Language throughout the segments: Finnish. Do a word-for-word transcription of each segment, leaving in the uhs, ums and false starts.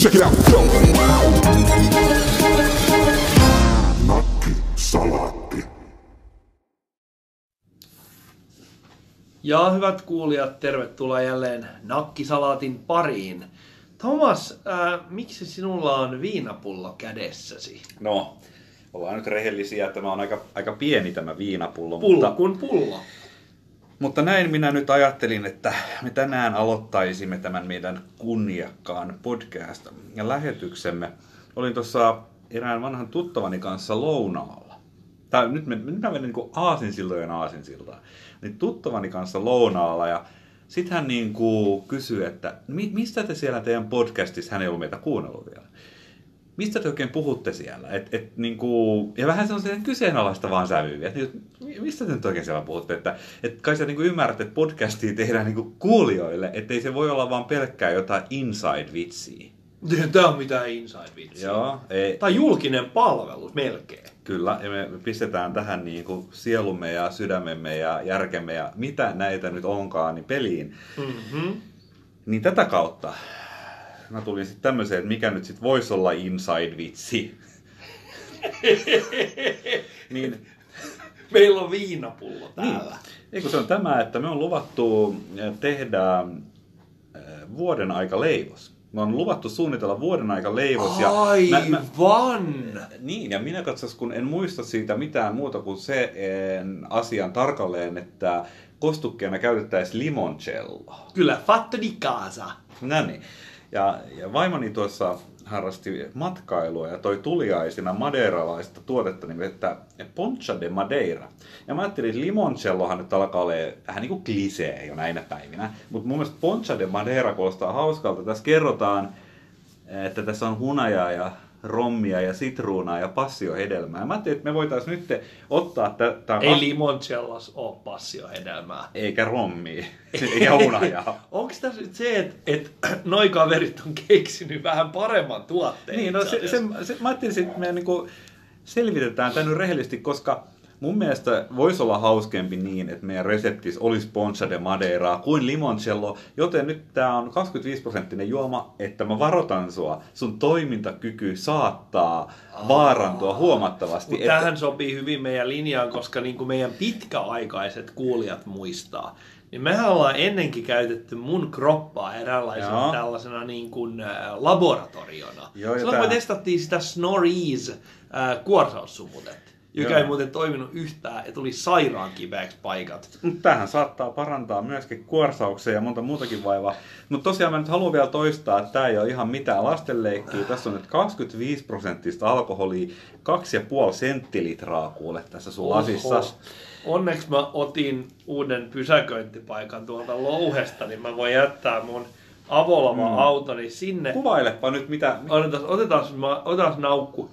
Check it out, go! Nakkisalaatti. Ja hyvät kuulijat, tervetuloa jälleen Nakkisalaatin pariin. Thomas, äh, miksi sinulla on viinapullo kädessäsi? No, ollaan nyt rehellisiä, että tämä on aika, aika pieni tämä viinapullo. Pullo mutta, kuin pullo. Mutta näin minä nyt ajattelin, että me tänään aloittaisimme tämän meidän kunniakkaan podcast ja lähetyksemme. Olin tuossa erään vanhan tuttavani kanssa lounaalla. Tää, nyt, me, nyt mä menen niin kuin aasinsiltojen aasinsiltaan. Niin tuttavani kanssa lounaalla ja sitten hän niin kuin kysyi, että mistä te siellä teidän podcastissa, hän ei ollut meitä kuunnellut vielä. Mistä te oikein puhutte siellä? Et, et, niin kuin, ja vähän sellaisia kyseenalaista vaan sävyviä. Et, mistä te nyt oikein siellä puhutte? Että, et kai sä niin kuin ymmärrät, että podcastia tehdään niin kuin kuulijoille, ettei se voi olla vaan pelkkää jotain inside-vitsiä. Tämä on mitään inside-vitsiä. Joo, ei. Tai julkinen palvelus melkein. Kyllä, ja me pistetään tähän niin kuin sielumme ja sydämemme ja järkemme ja mitä näitä nyt onkaan, niin peliin. Mm-hmm. Niin tätä kautta mä tulin sitten tämmöiseen, että mikä nyt sitten voisi olla inside-vitsi. niin, Meillä on viinapullo täällä. Niin. Eikö se on tämä, että me on luvattu tehdä vuoden aika leivos. Me on luvattu suunnitella vuoden aika leivos. Aivan! Ja mä, mä, niin, ja minä katsas, kun en muista siitä mitään muuta kuin se en, asian tarkalleen, että kostukkeena käytettäisiin limoncelloa. Kyllä, fatto di casa. No niin. Ja, ja vaimoni tuossa harrasti matkailua ja toi tuliaisina madeiralaista tuotetta nimeltä Poncha de Madeira. Ja mä ajattelin, että limoncellohan nyt alkaa olla vähän niin kuin klisee jo näinä päivinä. Mutta mun mielestä Poncha de Madeira kuulostaa hauskalta. Tässä kerrotaan, että tässä on hunajaa ja rommia ja sitruunaa ja passiohedelmää. Mä ajattelin, että me voitaisiin nyt ottaa... Tätä... Ei limoncellos ole passiohedelmää. Eikä rommia. Eikä hunajaa. Onko tässä nyt se, että et, noi kaverit on keksinyt vähän paremman tuotteen? Niin, no se, se, se, mä ajattelin, että me niinku selvitetään tämä nyt rehellisesti, koska mun mielestä voisi olla hauskempi niin, että meidän reseptissä olisi Poncha de Madeiraa kuin limoncello, joten nyt tää on kaksikymmentäviisi prosenttinen juoma, että mä varoitan sua. Sun toimintakyky saattaa vaarantua huomattavasti. Mutta tähän sopii hyvin meidän linjaan, koska niin kuin meidän pitkäaikaiset kuulijat muistaa, niin mehän ollaan ennenkin käytetty mun kroppaa eräänlaisena Joo. tällaisena niin kuin, äh, laboratoriona. Joo, Silloin tää... me testattiin sitä Snorri's äh, kuorsaussumutetta, joka Joo. ei muuten toiminut yhtään ja tuli sairaan kipeäksi paikat. Tähän saattaa parantaa myöskin kuorsauksia ja monta muutakin vaivaa. Mutta tosiaan mä nyt haluan vielä toistaa, että tää ei ole ihan mitään lastenleikkiä. Tässä on nyt kaksikymmentäviisi prosenttista alkoholia, kaksi pilkku viisi senttilitraa kuule tässä sun lasissa. Onneksi mä otin uuden pysäköintipaikan tuolta Louhesta, niin mä voin jättää mun avolava mm. autoni sinne. Kuvailepa nyt mitä... Otetaan, otetaan, otetaan naukku.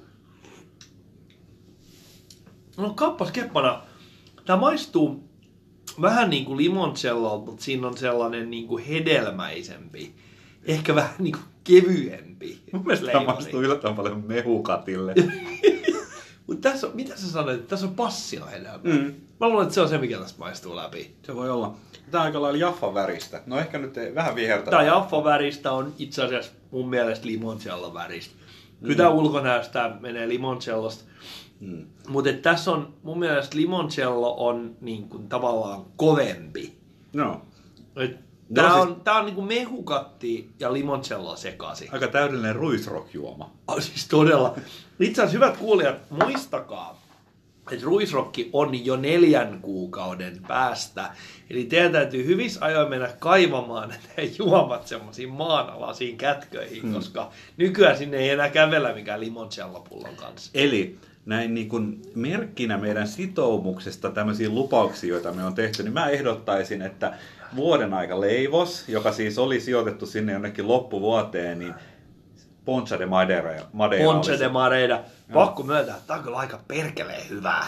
No kappas keppana. Tää maistuu vähän niin kuin limoncellolta, mutta siinä on sellainen niin kuin hedelmäisempi. Ehkä vähän niin kuin kevyempi. Mun mielestä tämä maistuu yllättävän paljon mehukatille. Mutta tässä on, mitä sä sanoit, että tässä on passiohedelmää. Mm. Mä luulen, että se on se, mikä tästä maistuu läpi. Se voi olla. Tää on aika lailla Jaffan väristä. No ehkä nyt ei, vähän vihertää. Tää Jaffan väristä on itse asiassa mun mielestä limoncellon väristä. Kyllä mm. tää ulkonäöstä menee limoncellosta. Mm. Mutta tässä on, mun mielestä limoncello on niin kuin tavallaan kovempi. No. Tää no, on, siis... tää on niin kuin mehukatti ja limoncello sekaisin. Aika täydellinen ruisrock-juoma. Oh, siis todella. Itse asiassa hyvät kuulijat, muistakaa, että ruisrokki on jo neljän kuukauden päästä. Eli teidän täytyy hyvissä ajoin mennä kaivamaan ne juomat semmoisiin maanalaisiin kätköihin, hmm. koska nykyään sinne ei enää kävellä mikään limoncellopullon kanssa. Eli näin niin kuin merkkinä meidän sitoumuksesta tämmöisiä lupauksia, joita me on tehty, niin mä ehdottaisin, että vuoden aika leivos, joka siis oli sijoitettu sinne jonnekin loppuvuoteen, niin Poncha de Madeira. Madeira Poncha de Madeira. Pakko myöntää, että tämä on kyllä aika perkeleen hyvää.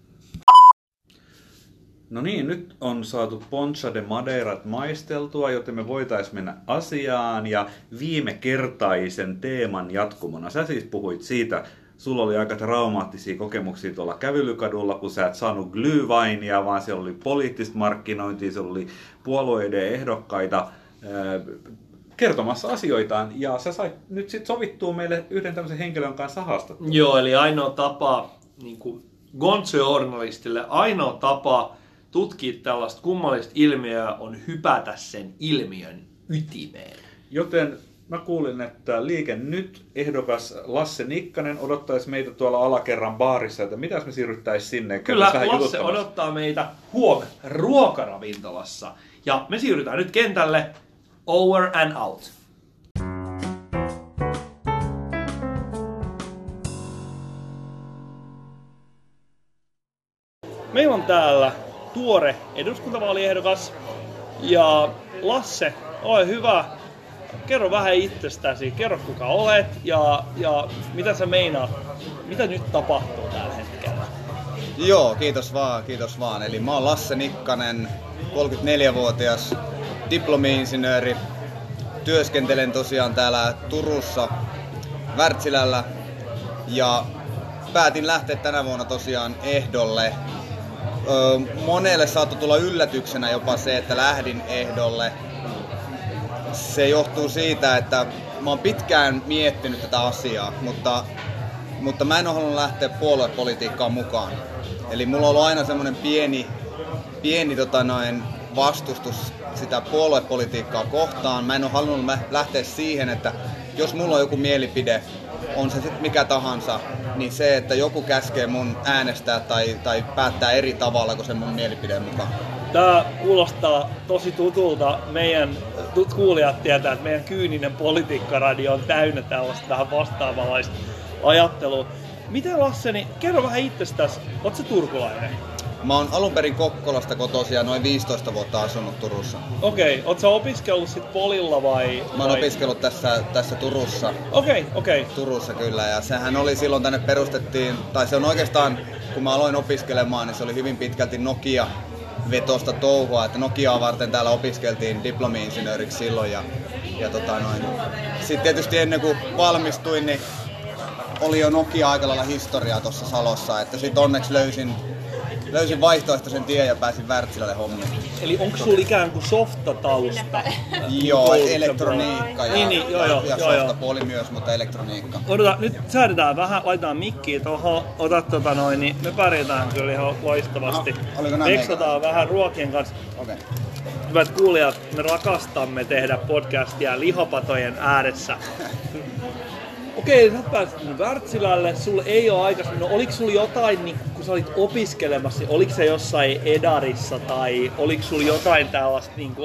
No niin, nyt on saatu Poncha de Madeirat maisteltua, joten me voitaisiin mennä asiaan ja viime kertaisen teeman jatkumona. Sä siis puhuit siitä, sulla oli aika traumaattisia kokemuksia tuolla Kävelykadulla, kun sä et saanut glühweinia, vaan siellä oli poliittista markkinointia, siellä oli puolueiden ehdokkaita kertomassa asioitaan. Ja sä sait nyt sit sovittua meille yhden tämmöisen henkilön kanssa haastattelua. Joo, eli ainoa tapa, niin kuin Gonzo-journalistille, ainoa tapa tutkia tällaista kummallista ilmiöä on hypätä sen ilmiön ytimeen. Joten mä kuulin, että Liike Nyt -ehdokas Lasse Nikkanen odottaisi meitä tuolla alakerran baarissa, että mitäs me siirryttäisiin sinne. Kyllä, Lasse odottaa meitä huomenna ruokaravintolassa. Ja me siirrytään nyt kentälle. Over and out. Meillä on täällä tuore eduskuntavaaliehdokas. Ja Lasse, ole hyvä. Kerro vähän itsestäsi, kerro kuka olet ja, ja mitä sä meinaat, mitä nyt tapahtuu tällä hetkellä? Joo, kiitos vaan, kiitos vaan. Eli mä oon Lasse Nikkanen, kolmekymmentäneljävuotias diplomi-insinööri. Työskentelen tosiaan täällä Turussa Wärtsilällä ja päätin lähteä tänä vuonna tosiaan ehdolle. Öö, monelle saattoi tulla yllätyksenä jopa se, että lähdin ehdolle. Se johtuu siitä, että mä oon pitkään miettinyt tätä asiaa, mutta, mutta mä en ole halunnut lähteä puoluepolitiikkaan mukaan. Eli mulla on ollut aina semmoinen pieni, pieni tota noin, vastustus sitä puoluepolitiikkaa kohtaan. Mä en ole halunnut lähteä siihen, että jos mulla on joku mielipide, on se sitten mikä tahansa, niin se, että joku käskee mun äänestää tai, tai päättää eri tavalla kuin sen mun mielipideen mukaan. Tämä kuulostaa tosi tutulta. Meidän kuulijat tietää, että meidän kyyninen politiikkaradio on täynnä tällaista vähän vastaavanlaista ajattelua. Miten Lasse, niin kerro vähän itsestäsi. Ootko sä turkulainen? Mä oon alun perin Kokkolasta kotoisin ja noin viisitoista vuotta asunut Turussa. Okei, okay. Oot sä opiskellut sit Polilla vai? Mä oon vai? opiskellut tässä, tässä Turussa. Okei, okay, okei. Okay. Turussa kyllä, ja sehän oli silloin tänne perustettiin, tai se on oikeastaan, kun mä aloin opiskelemaan, niin se oli hyvin pitkälti Nokia vetosta touhua, että Nokiaa varten täällä opiskeltiin diplomi-insinööriksi silloin ja, ja tota noin. Sitten tietysti ennen kuin valmistuin, niin oli jo Nokia aika lailla historiaa tuossa Salossa, että sitten onneksi löysin, löysin vaihtoehtoisen tien ja pääsin Wärtsilälle hommiin. Eli onko sulla ikään kuin softatausta? Joo, elektroniikka ja, niin, niin, joo, joo, ja joo, softapuoli joo. myös, mutta elektroniikka. Odota, nyt säädetään vähän, laitetaan mikkiä tuohon, otat tota noin, niin me pärjätään kyllä ihan loistavasti. No, Tekstataan vähän ruokien kanssa. Okay. Hyvät kuulijat, me rakastamme tehdä podcastia lihapatojen ääressä. Okei, sä pääsit Wärtsilälle, sulla ei ole aikaisemmin, no oliko sulla jotain, niin kun sä olit opiskelemassa, niin oliko se jossain Edarissa tai oliko sulla jotain tällaista niin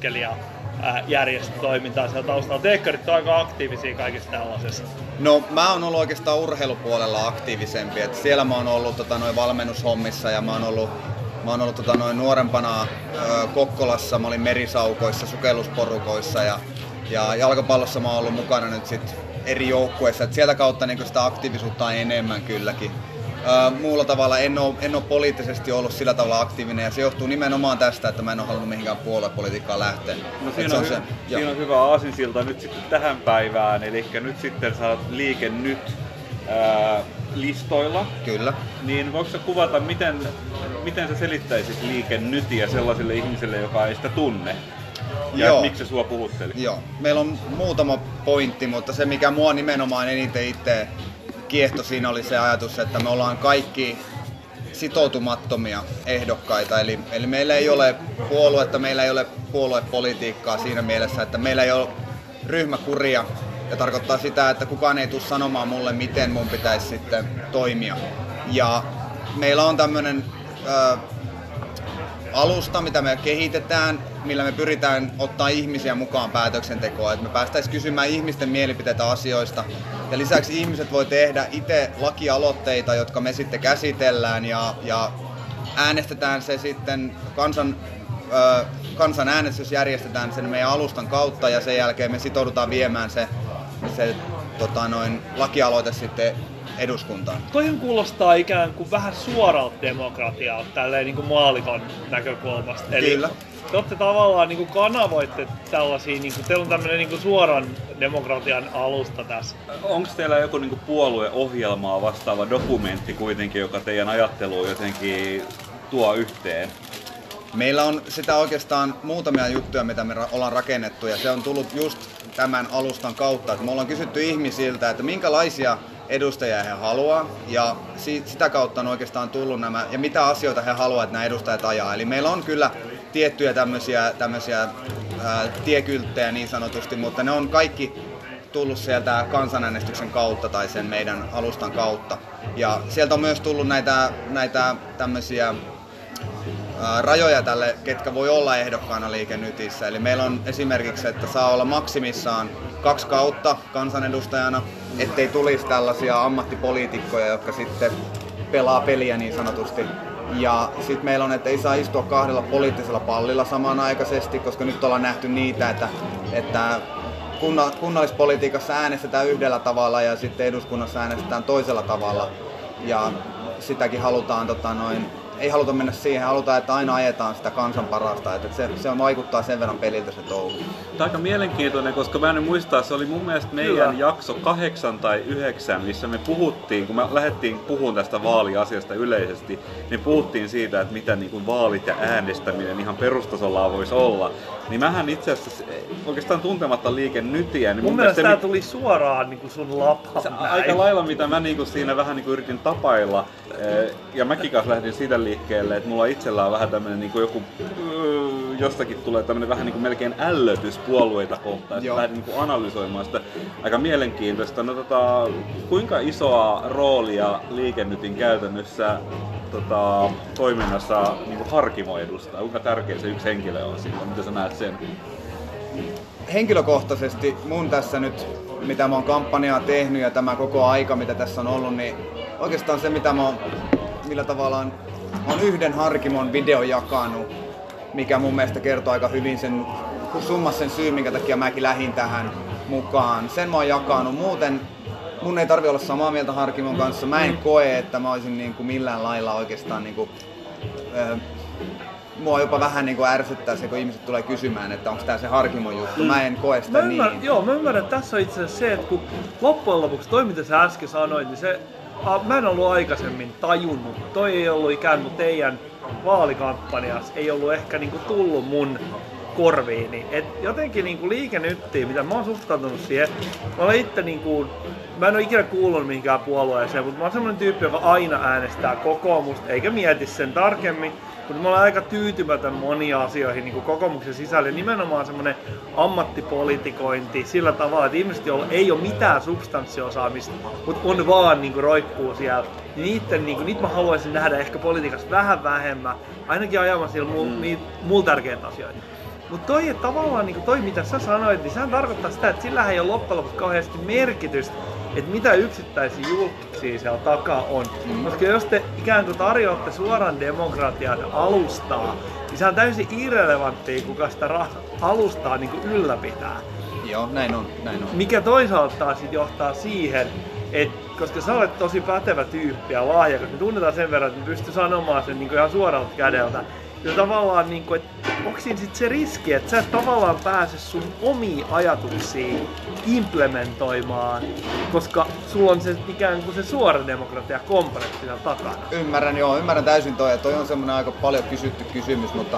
opiskelijajärjestötoimintaa siellä taustalla? Teekkarit on aika aktiivisia kaikissa tällaisessa. No mä oon ollut oikeastaan urheilupuolella aktiivisempi, että siellä mä oon ollut tota, noin valmennushommissa ja mä oon ollut Mä oon ollut tota, noin nuorempana ö, Kokkolassa, mä olin merisaukoissa, sukellusporukoissa ja, ja jalkapallossa mä oon ollut mukana nyt sit eri joukkueissa, et sieltä kautta niin sitä aktiivisuutta on enemmän kylläkin. Ö, muulla tavalla en oo, en oo poliittisesti ollut sillä tavalla aktiivinen ja se johtuu nimenomaan tästä, että mä en oo halunnut mihinkään puoluepolitiikkaan lähteä. No siinä, on, on, se, siinä on hyvä aasinsilta nyt sitten tähän päivään, eli nyt sitten sä oot Liike Nyt ää, listoilla. Kyllä. Niin voiko sä kuvata, miten, miten sä selittäisit Liike Nytiä sellaiselle ihmiselle, joka ei sitä tunne? Ja Joo. miksi se sua puhutteli? Joo. Meillä on muutama pointti, mutta se mikä mua nimenomaan eniten itse kiehtoi siinä oli se ajatus, että me ollaan kaikki sitoutumattomia ehdokkaita. Eli, eli meillä ei ole puoluetta, meillä ei ole puoluepolitiikkaa siinä mielessä, että meillä ei ole ryhmäkuria. Ja tarkoittaa sitä, että kukaan ei tule sanomaan mulle, miten mun pitäisi sitten toimia. Ja meillä on tämmöinen ö, alusta, mitä me kehitetään, millä me pyritään ottaa ihmisiä mukaan päätöksentekoon. Että me päästäisiin kysymään ihmisten mielipiteitä asioista. Ja lisäksi ihmiset voi tehdä itse lakialoitteita, jotka me sitten käsitellään ja, ja äänestetään se sitten kansan... Ö, kansanäänestys järjestetään sen meidän alustan kautta ja sen jälkeen me sitoudutaan viemään se, se tota noin, lakialoite sitten eduskuntaan. Toihan kuulostaa ikään kuin vähän suoralta demokratiaa tälleen niin kuin maalikon näkökulmasta. Eli Kyllä. Te olette tavallaan niin kuin kanavoitte tällaisia, niin kuin, teillä on tämmöinen niin kuin suoran demokratian alusta tässä. Onko teillä joku niin kuin puolueohjelmaa vastaava dokumentti kuitenkin, joka teidän ajatteluun jotenkin tuo yhteen? Meillä on sitä oikeastaan muutamia juttuja, mitä me ollaan rakennettu, ja se on tullut just tämän alustan kautta. Että me ollaan kysytty ihmisiltä, että minkälaisia edustajia he haluaa, ja sitä kautta on oikeastaan tullut nämä, ja mitä asioita he haluavat, että nämä edustajat ajaa. Eli meillä on kyllä tiettyjä tämmöisiä, tämmöisiä ää, tiekylttejä niin sanotusti, mutta ne on kaikki tullut sieltä kansanäänestyksen kautta tai sen meidän alustan kautta. Ja sieltä on myös tullut näitä, näitä tämmöisiä ää, rajoja tälle, ketkä voi olla ehdokkaana Liike Nytissä. Eli meillä on esimerkiksi, että saa olla maksimissaan kaksi kautta kansanedustajana, ettei tulisi tällaisia ammattipoliitikkoja, jotka sitten pelaa peliä niin sanotusti. Ja sitten meillä on, että ei saa istua kahdella poliittisella pallilla samanaikaisesti, koska nyt ollaan nähty niitä, että, että kunnallispolitiikassa äänestetään yhdellä tavalla ja sitten eduskunnassa äänestetään toisella tavalla. Ja sitäkin halutaan, tota noin, ei haluta mennä siihen, halutaan, että aina ajetaan sitä kansan parasta. Että se, se vaikuttaa sen verran peliltä se touhu. Tämä on aika mielenkiintoinen, koska mä en muistaa, se oli mun mielestä meidän Kyllä. jakso kahdeksan tai yhdeksän, missä me puhuttiin, kun me lähdettiin puhumaan tästä vaaliasiasta yleisesti, niin puhuttiin siitä, että mitä niin kuin vaalit ja äänestäminen ihan perustasolla voisi olla. Niin mähän itse asiassa oikeastaan tuntematta Liike Nytiä. Niin mun, mun mielestä tämä mi- tuli suoraan niin kuin sun lapaan. Aika lailla, mitä mä niin kuin siinä vähän niin kuin yritin tapailla. Ja mäkin kanssa lähdin siitä liikkeelle, että mulla itsellä on vähän tämmönen niin kuin joku, jostakin tulee tämmönen vähän niin kuin melkein ällötys puolueita kohtaan. Että lähdin niin kuin analysoimaan sitä aika mielenkiintoista. No tota, kuinka isoa roolia Liike Nytin käytännössä tota, toiminnassa niin kuin Harkimo edustaa? Kuinka tärkeä se yksi henkilö on siinä? Miten sä näet sen? Henkilökohtaisesti mun tässä nyt, mitä mä oon kampanjaa tehnyt ja tämä koko aika, mitä tässä on ollut, niin oikeastaan se, mitä mä oon, millä tavalla on, on yhden Harkimon video jakanut, mikä mun mielestä kertoo aika hyvin sen, summas sen syyn, minkä takia mäkin lähdin tähän mukaan. Sen mä oon jakanut. Muuten mun ei tarvi olla samaa mieltä Harkimon kanssa. Mä en koe, että mä olisin niin kuin millään lailla oikeastaan niin kuin, äh, mua jopa vähän niin kuin ärsyttää se, kun ihmiset tulee kysymään, että onko tää se Harkimon juttu. Mä en koe sitä mä ymmärrän, niin. Joo, mä ymmärrän, että tässä on itse asiassa se, että kun loppujen lopuksi toi, mitä sä äsken sanoit, niin se, a, mä en ollut aikaisemmin tajunnut. Toi ei ollut ikään kuin teidän vaalikampanjassa, ei ollut ehkä niin kuin tullut mun korviini. Et jotenkin niinku Liike Nyttiin, mitä mä oon suhtautunut siihen, mä olen itse niinku, mä en oo ikinä kuullut mihinkään puolueeseen, mutta mä oon semmonen tyyppi, joka aina äänestää kokoomusta, eikä mieti sen tarkemmin, mutta mä olen aika tyytymätön monia asioihin niinku kokoomuksen sisällä, ja nimenomaan semmonen ammattipolitikointi sillä tavalla, että ihmiset, joilla ei ole mitään substanssiosaamista, mutta on vaan niinku roikkuu siellä, niin niitten, niinku, niitä mä haluaisin nähdä ehkä politiikassa vähän vähemmän, ainakin ajamassa siellä mul, mm. mulla tärkeitä asioita. Mutta toi, että tavallaan niin toi mitä sä sanoit, niin sehän tarkoittaa sitä, että sillä ei ole loppujen lopuksi kauheasti merkitystä, että mitä yksittäisiä julkisia siellä takaa on. Mm. Koska jos te ikään kuin tarjoatte suoran demokratian alustaa, niin se on täysin irrelevanttia, kuka sitä ra- alustaa niin kuin ylläpitää. Joo, näin on, näin on. Mikä toisaalta taas sit johtaa siihen, että koska sä olet tosi pätevä tyyppi ja lahjakas, me tunnetaan sen verran, että me pystyy sanomaan sen niin kuin ihan suoralta kädeltä. Ja tavallaan, niin kuin, että onko siinä sit se riski, että sä et tavallaan pääse sun omia ajatuksia implementoimaan, koska sulla on se ikään kuin se suora demokratia komponentti siinä takana. Ymmärrän, joo, ymmärrän täysin toi, ja toi on semmoinen aika paljon kysytty kysymys, mutta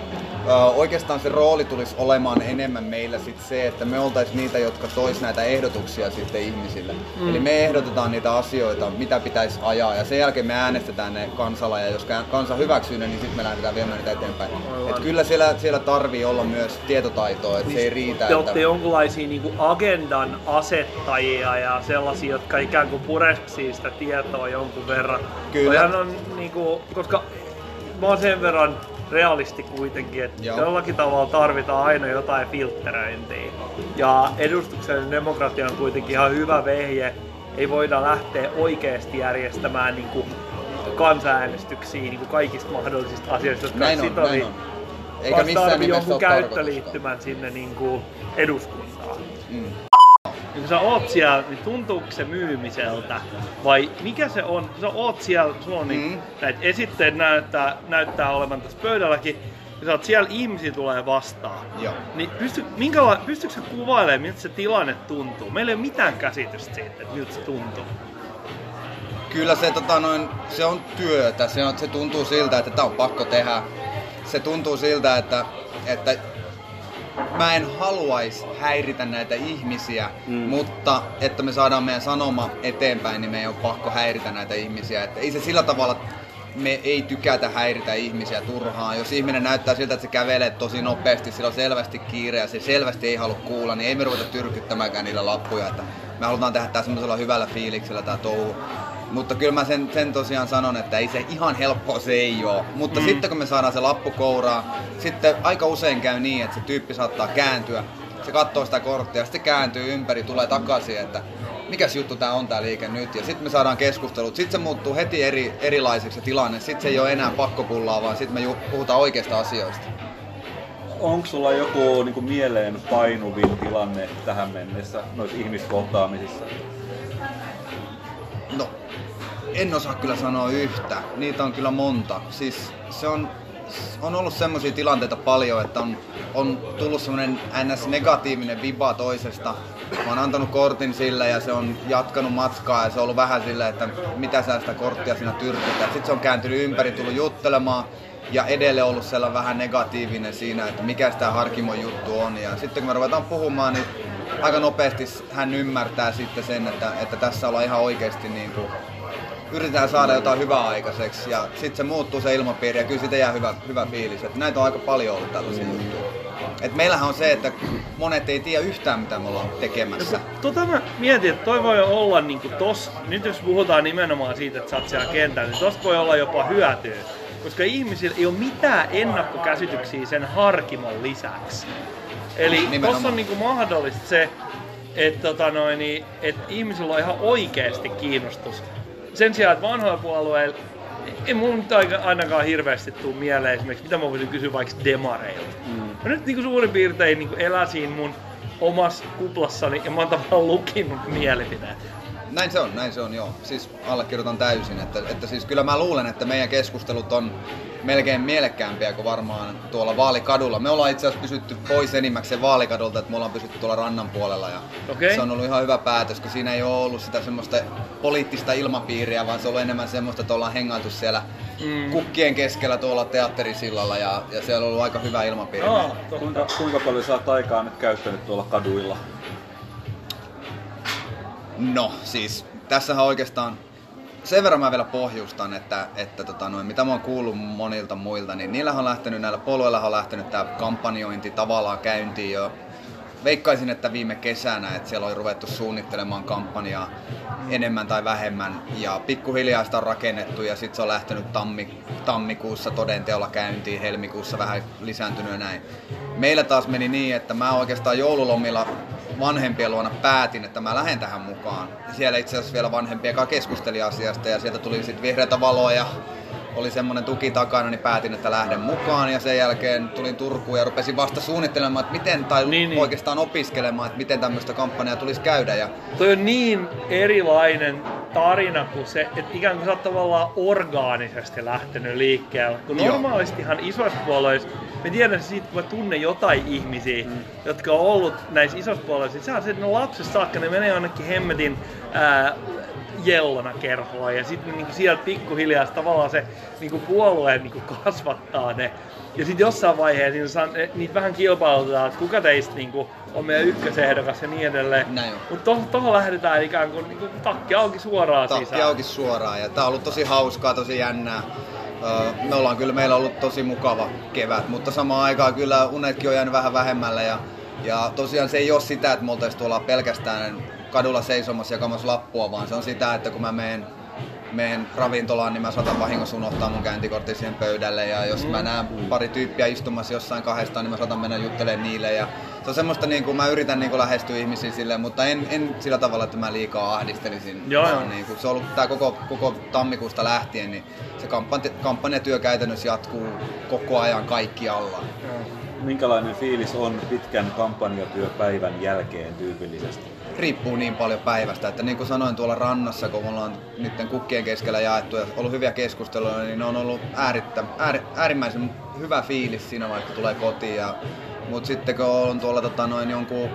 ö, oikeastaan se rooli tulisi olemaan enemmän meillä sit se, että me oltaisiin niitä, jotka tois näitä ehdotuksia sitten ihmisille. Mm. Eli me ehdotetaan niitä asioita, mitä pitäisi ajaa, ja sen jälkeen me äänestetään ne kansalla, ja jos kansa hyväksyy ne, niin sitten me lähdetään viemään niitä eteenpäin. Et kyllä siellä, siellä tarvii olla myös tietotaitoa, että niin se ei riitä. Te olette että jonkinlaisia niin kuin agendan asettajia ja sellaisia, jotka ikään kuin pureskii sitä tietoa jonkun verran. Kyllä. On, niin kuin, koska mä oon sen verran realisti kuitenkin, että Joo. jollakin tavalla tarvitaan aina jotain filtteröintiä. Ja edustuksellinen demokratia on kuitenkin ihan hyvä vehje. Ei voida lähteä oikeasti järjestämään niin kuin kansanäänestyksiä niin kuin kaikista mahdollisista asioista, jotka näin on, sit oli eikä missään nimessä jonkun käyttöliittymän sinne niin kuin eduskuntaan. Mm. Kun sä oot siellä, niin tuntuuko se myymiseltä? Vai mikä se on? Kun sä oot siellä, sulla on niin, mm. näitä esitteet näyttää, näyttää olevan tässä pöydälläkin, kun sä oot siellä, ihmisiä tulee vastaan. Joo. Niin pysty, minkäla, pystytkö sä kuvailemaan, miltä se tilanne tuntuu? Meillä ei ole mitään käsitystä siitä, että miltä se tuntuu. Kyllä se, tota, noin, se on työtä, se, on, se tuntuu siltä, että tää on pakko tehdä. se tuntuu siltä, että, että mä en haluaisi häiritä näitä ihmisiä, mm. mutta että me saadaan meidän sanoma eteenpäin, niin meidän on pakko häiritä näitä ihmisiä. Että ei se sillä tavalla, me ei tykätä häiritä ihmisiä turhaan. Jos ihminen näyttää siltä, että se kävelee tosi nopeasti, sillä on selvästi kiire ja se selvästi ei halua kuulla, niin ei me ruveta tyrkyttämäänkään niillä lappuja. Että me halutaan tehdä tää semmoisella hyvällä fiiliksellä tää touhu. Mutta kyllä mä sen, sen tosiaan sanon, että ei se ihan helppoa se ei oo. Mutta mm. sitten kun me saadaan se lappu kouraan, sitten aika usein käy niin, että se tyyppi saattaa kääntyä. Se katsoo sitä korttia, sitten se kääntyy ympäri, tulee takaisin, että mikäs juttu tää on tää liike nyt. Ja sitten me saadaan keskustelut. Sitten se muuttuu heti eri, erilaiseksi se tilanne. Sitten se ei ole enää pakkopullaa, vaan sitten me ju- puhutaan oikeista asioista. Onko sulla joku niin kuin mieleen painuvin tilanne tähän mennessä noissa ihmiskohtaamisissa? No, en osaa kyllä sanoa yhtä. Niitä on kyllä monta. Siis se on, on ollut semmosia tilanteita paljon, että on, on tullut semmonen ns. Negatiivinen viba toisesta. Mä oon antanut kortin sille ja se on jatkanut matkaa ja se on ollut vähän silleen, että mitä sä sitä korttia siinä tyrkytät. Sitten se on kääntynyt ympäri, tullut juttelemaan ja edelleen ollut sellainen vähän negatiivinen siinä, että mikä sitä Harkimon juttu on. Ja sitten kun me ruvetaan puhumaan, niin aika nopeasti hän ymmärtää sitten sen, että, että tässä ollaan ihan oikeasti niin kuin, yritetään saada jotain hyvää aikaiseksi ja sitten se muuttuu se ilmapiiri ja kyllä siitä jää hyvä, hyvä fiilis. Että näitä on aika paljon ollut tällaisia mm. juttuja. Et meillähän on se, että monet ei tiedä yhtään mitä me ollaan tekemässä. Tota mä mietin, että toi voi olla niinku tos, nyt jos puhutaan nimenomaan siitä, että sä oot siellä kentällä, niin tosta voi olla jopa hyötyä. Koska ihmisillä ei ole mitään ennakkokäsityksiä sen Harkimon lisäksi. Eli tossa on niinku mahdollista se, että tota noin, et ihmisillä on ihan oikeasti kiinnostus. Sen sijaan, että vanhoilla puolueilla ei mun nyt ainakaan hirveästi tule mieleen esimerkiksi, mitä mä voisin kysyä vaikka demareilta. Mm. Mä nyt niinku suurin piirtein niinku eläsin mun omassa kuplassani ja mä oon tavallaan lukinut mielipiteen. Näin se on, näin se on, joo. Siis allekirjoitan täysin. Että, että siis kyllä mä luulen, että meidän keskustelut on melkein mielekkäämpiä kuin varmaan tuolla Vaalikadulla. Me ollaan itse asiassa pysytty pois enimmäkseen Vaalikadulta, että me ollaan pysytty tuolla rannan puolella. Ja okay. Se on ollut ihan hyvä päätös, kun siinä ei ole ollut sitä semmoista poliittista ilmapiiriä, vaan se on ollut enemmän semmoista, että ollaan hengailtu siellä mm. kukkien keskellä tuolla teatterisillalla ja, ja siellä on ollut aika hyvä ilmapiiri. Oh, kuinka, kuinka paljon sä oot aikaa nyt käyttänyt tuolla kaduilla? No siis, tässähän oikeastaan sen verran mä vielä pohjustan, että, että tota noin, mitä mä oon kuullut monilta muilta, niin niillähän on lähtenyt, näillä puolueilla on lähtenyt tää kampanjointi tavallaan käyntiin jo. Veikkaisin, että viime kesänä, että siellä on ruvettu suunnittelemaan kampanjaa enemmän tai vähemmän ja pikkuhiljaa sitä on rakennettu ja sitten se on lähtenyt tammi, tammikuussa todenteolla käyntiin, helmikuussa vähän lisääntynyt ja näin. Meillä taas meni niin, että mä oikeastaan joululomilla vanhempien luona päätin, että mä lähden tähän mukaan. Siellä itse asiassa vielä vanhempien kanssa keskustelin asiasta ja sieltä tuli sitten vihreätä valoa ja oli semmoinen tuki takana, niin päätin, että lähden mukaan ja sen jälkeen tulin Turkuun ja rupesin vasta suunnittelemaan, että miten, tai niin, niin. oikeastaan opiskelemaan, että miten tämmöistä kampanjaa tulisi käydä. Ja toi on niin erilainen tarina kuin se, että ikään kuin sä oot tavallaan orgaanisesti lähtenyt liikkeelle. Kun normaalistihan isoissa puolueissa, me tiedän siitä, kun mä tunnen jotain ihmisiä, mm. jotka on ollut näissä isoissa puolueissa, että sä oot lapsesta saakka, ne menee jonnekin hemmetin ää, jellona kerhoon ja sitten niinku sieltä pikkuhiljaa tavallaan se niinku puolue niinku kasvattaa ne. Ja sitten jossain vaiheessa niin niitä vähän kilpailutetaan, että kuka teistä niinku on meidän ykkösehdokas ja niin edelleen. Mutta tohon, tohon lähdetään ikään kuin niinku takki auki suoraan takki sisään. Takki auki suoraan ja tää on ollut tosi hauskaa, tosi jännää. Me ollaan kyllä, meillä on ollut tosi mukava kevät, mutta samaan aikaan kyllä unetkin on jäänyt vähän vähemmälle ja, ja tosiaan se ei ole sitä, että me oltaisiin tuolla pelkästään kadulla seisomassa jakamassa lappua, vaan se on sitä, että kun mä menen, menen ravintolaan, niin mä saatan vahingossa unohtaa mun käyntikortin siihen pöydälle ja jos mä näen pari tyyppiä istumassa jossain kahdestaan, niin mä saatan mennä juttelemaan niille ja se on semmoista, niin kuin mä yritän niin kuin lähestyä ihmisiä silleen, mutta en, en sillä tavalla, että mä liikaa ahdistelisin. Joo, niin kuin, se on ollut tää koko, koko tammikuusta lähtien, niin se kampanja, kampanjatyö käytännössä jatkuu koko ajan kaikkialla. Minkälainen fiilis on pitkän kampanjatyöpäivän jälkeen tyypillisesti? Riippuu niin paljon päivästä, että niin kuin sanoin tuolla rannassa, kun me ollaan nyt kukkien keskellä jaettu ja ollut hyviä keskusteluja, niin ne on ollut äärittä, äär, äärimmäisen hyvä fiilis siinä, vaikka tulee kotiin. Ja, mutta sitten kun on tuolla tota, noin jonkun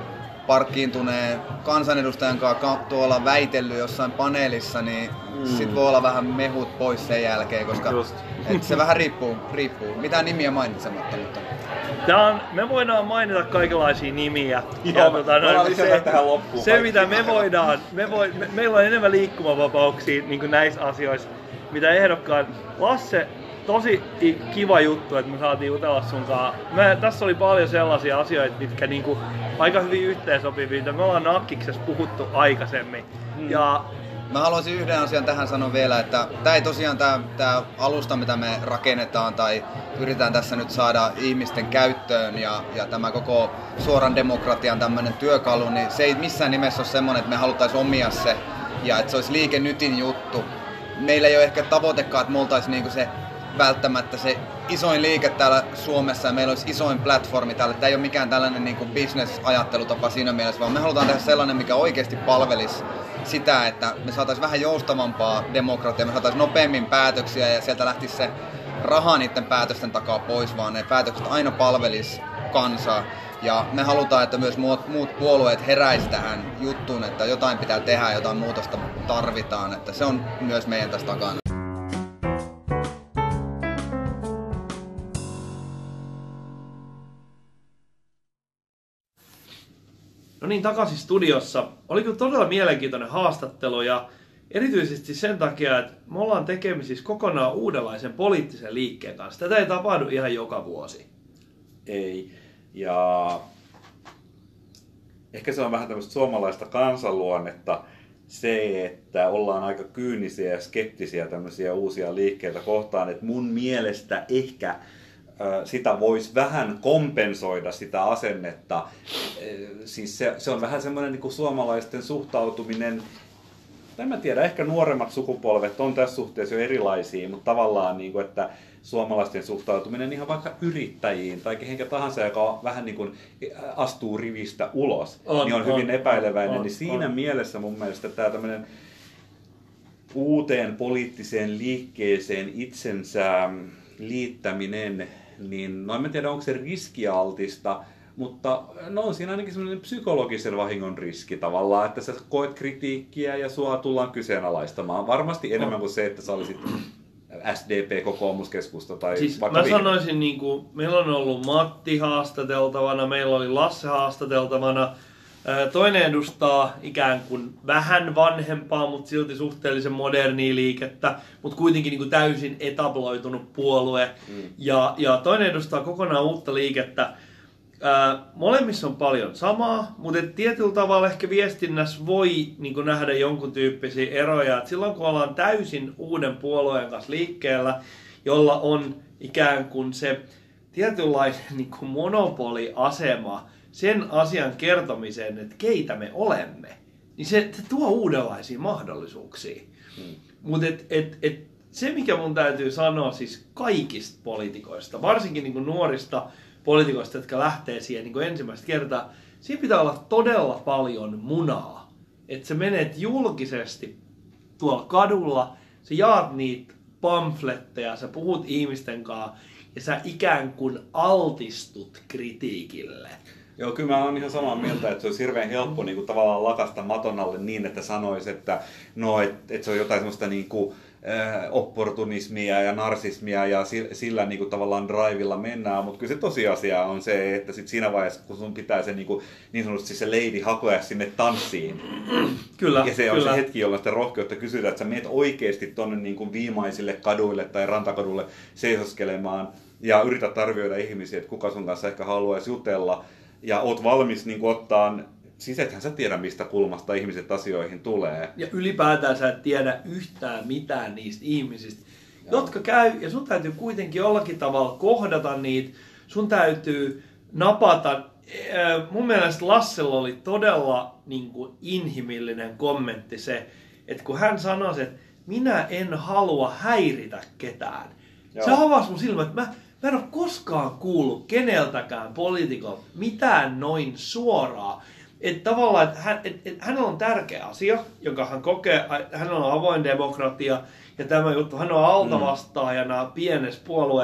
parkkiintuneen kansanedustajan kanssa tuolla väitellyt jossain paneelissa, niin mm. sit voi olla vähän mehut pois sen jälkeen, koska et se vähän riippuu, riippuu. Mitään nimiä mainitsematta, mutta... Tää on, me voidaan mainita kaikenlaisia nimiä. Joo, ja, tota, no, se, tähän loppuun. Se mitä me voidaan, me voi, me, meillä on enemmän liikkumavapauksia niin näissä asioissa, mitä ehdokkaan. Lasse, tosi kiva juttu, että me saatiin jutella sun kanssa. Me, tässä oli paljon sellaisia asioita, mitkä niinku, aika hyvin yhteensopivia. Me ollaan Nakkiksessa puhuttu aikaisemmin. Mm. Ja mä haluaisin yhden asian tähän sanoa vielä, että tämä ei tosiaan tämä, tämä alusta, mitä me rakennetaan tai yritetään tässä nyt saada ihmisten käyttöön ja, ja tämä koko suoran demokratian tämmöinen työkalu, niin se ei missään nimessä ole semmoinen, että me haluttaisiin omia se ja että se olisi Liike Nytin juttu. Meillä ei ole ehkä tavoitekaan, että me oltaisiin niinku se välttämättä se isoin liike täällä Suomessa ja meillä olisi isoin platformi täällä. Tämä ei ole mikään tällainen niin kuin business-ajattelutapa siinä mielessä, vaan me halutaan tehdä sellainen, mikä oikeasti palvelisi sitä, että me saataisiin vähän joustavampaa demokratiaa, me saataisiin nopeammin päätöksiä ja sieltä lähtisi se raha niiden päätösten takaa pois, vaan ne päätökset aina palvelisi kansaa. Ja me halutaan, että myös muut, muut puolueet heräisi tähän juttuun, että jotain pitää tehdä, jotain muutosta tarvitaan, että se on myös meidän tässä takana. No niin, takaisin studiossa. Oli kyllä todella mielenkiintoinen haastattelu ja erityisesti sen takia, että me ollaan tekemisissä kokonaan uudenlaisen poliittisen liikkeen kanssa. Tätä ei tapahdu ihan joka vuosi. Ei. Ja ehkä se on vähän tämmöistä suomalaista kansanluonnetta se, että ollaan aika kyynisiä ja skeptisiä tämmöisiä uusia liikkeitä kohtaan. Että mun mielestä ehkä sitä voisi vähän kompensoida sitä asennetta. Siis se, se on vähän semmoinen niin kuin suomalaisten suhtautuminen, en mä tiedä, ehkä nuoremmat sukupolvet on tässä suhteessa jo erilaisia, mutta tavallaan, niin kuin, että suomalaisten suhtautuminen ihan vaikka yrittäjiin tai kehenkä tahansa, joka vähän niin kuin astuu rivistä ulos, on, niin on, on hyvin epäileväinen. On, niin siinä on. Mielessä mun mielestä tämä tämmöinen uuteen poliittiseen liikkeeseen itsensä liittäminen, niin no en tiedä onko se riskialtista, mutta no on siinä ainakin semmoinen psykologisen vahingon riski tavallaan, että sä koet kritiikkiä ja sua tullaan kyseenalaistamaan. Varmasti enemmän kuin se, että sä olisit S D P, kokoomuskeskusta tai siis vaikka... Mä viime. sanoisin, niin kuin, meillä on ollut Matti haastateltavana, meillä oli Lasse haastateltavana. Toinen edustaa ikään kuin vähän vanhempaa, mutta silti suhteellisen modernia liikettä, mutta kuitenkin niin kuin täysin etabloitunut puolue. Mm. Ja, ja toinen edustaa kokonaan uutta liikettä. Ää, molemmissa on paljon samaa, mutta tietyllä tavalla ehkä viestinnässä voi niin kuin nähdä jonkun tyyppisiä eroja. Et silloin kun ollaan täysin uuden puolueen kanssa liikkeellä, jolla on ikään kuin se tietynlainen niin kuin monopoliasema sen asian kertomiseen, että keitä me olemme, niin se, se tuo uudenlaisia mahdollisuuksia. Hmm. Mutta et, et, et, se, mikä mun täytyy sanoa siis kaikista poliitikoista, varsinkin niin kuin nuorista poliitikoista, jotka lähtee siihen niin kuin ensimmäistä kertaa, siinä pitää olla todella paljon munaa. Että sä menet julkisesti tuolla kadulla, sä jaat niitä pamfletteja, sä puhut ihmisten kanssa ja sä ikään kuin altistut kritiikille. Joo, kyllä mä oon ihan samaa mieltä, että se olisi hirveän helppo niin kuin, tavallaan lakasta maton alle niin, että sanoisi, että, no, et, et se on jotain semmoista niin kuin, äh, opportunismia ja narsismia ja sillä, sillä niin kuin, tavallaan drivilla mennään, mutta kyllä se tosiasia on se, että sit siinä vaiheessa, kun sun pitää se, niin, kuin, niin sanotusti se lady hakea sinne tanssiin, kyllä, ja se kyllä. on se hetki, jolloin sitä rohkeutta kysytä, että sä meet oikeasti tonne niin kuin viimaisille kaduille tai rantakadulle seisoskelemaan ja yrität arvioida ihmisiä, että kuka sun kanssa ehkä haluaisi jutella. Ja oot valmis niin kuin, ottaa, siis ethän sä tiedä mistä kulmasta ihmiset asioihin tulee. Ja ylipäätään sä et tiedä yhtään mitään niistä ihmisistä, Joo. jotka käy, ja sun täytyy kuitenkin jollakin tavalla kohdata niitä, sun täytyy napata. Mun mielestä Lassella oli todella niin kuin, inhimillinen kommentti se, että kun hän sanoi, että minä en halua häiritä ketään. Joo. Se avasi mun silmät, että mä Mä en ole koskaan kuullut keneltäkään poliitikolta mitään noin suoraa. Että tavallaan, että hän, et, et, hänellä on tärkeä asia, jonka hän kokee, hänellä on avoin demokratia ja tämä juttu, hän on altavastaajana pienessä puolueessa.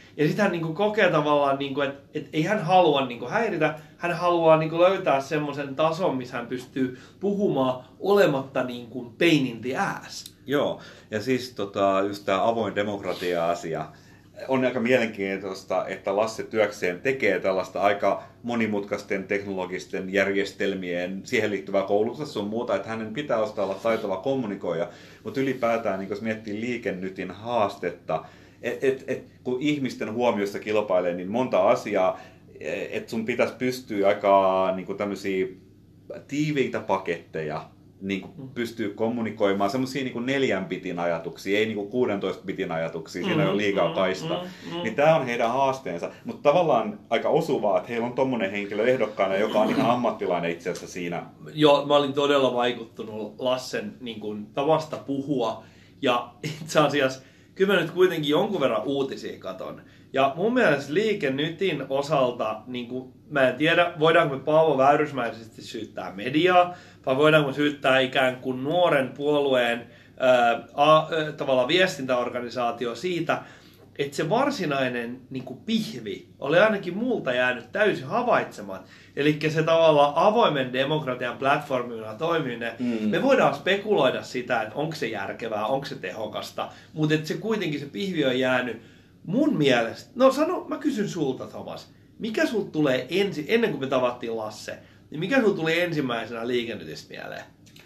Ja sitten hän niinku kokee tavallaan, niinku, että et ei hän halua niinku häiritä, hän haluaa niinku löytää semmoisen tason, missä hän pystyy puhumaan olematta niinku pain in the ass. Joo, ja siis tota, just tämä avoin demokratia-asia. On aika mielenkiintoista, että Lasse työkseen tekee tällaista aika monimutkaisten teknologisten järjestelmien, siihen liittyvää koulutusta sun muuta, että hänen pitää osata olla taitava kommunikoija, mutta ylipäätään, niin jos miettii Liikennytin haastetta, että et, et, kun ihmisten huomioista kilpailee niin monta asiaa, että sun pitäisi pystyä aika niin tämmöisiä tiiveitä paketteja, niin kuin pystyy kommunikoimaan semmoisia niin neljän bitin ajatuksia, ei niin kuin kuudentoista bitin ajatuksia, siinä mm, ei ole liikaa mm, kaista. Mm, mm. Niin tämä on heidän haasteensa, mutta tavallaan aika osuvaa, että heillä on tommonen henkilö ehdokkaana, joka on ihan ammattilainen itse asiassa siinä. Joo, mä olin todella vaikuttunut Lassen niin kuin, tavasta puhua, ja itse asiassa kyllä mä nyt kuitenkin jonkun verran uutisia katon. Ja mun mielestä Liikennytin osalta, niin kuin, mä en tiedä, voidaanko me Paavo Väyrysmäisesti syyttää mediaa, vai voidaanko syyttää ikään kuin nuoren puolueen ää, a, ä, tavallaan viestintäorganisaatio siitä, että se varsinainen niin kuin pihvi oli ainakin multa jäänyt täysin havaitsemaan. Eli se tavallaan avoimen demokratian platformina toimiminen. Mm. Me voidaan spekuloida sitä, että onko se järkevää, onko se tehokasta, mutta että se kuitenkin se pihvi on jäänyt mun mielestä. No sano, mä kysyn sulta, Thomas, mikä sulta tulee ensin, ennen kuin me tavattiin Lasse, niin mikä sulta tuli ensimmäisenä Liikennytistä mieleen?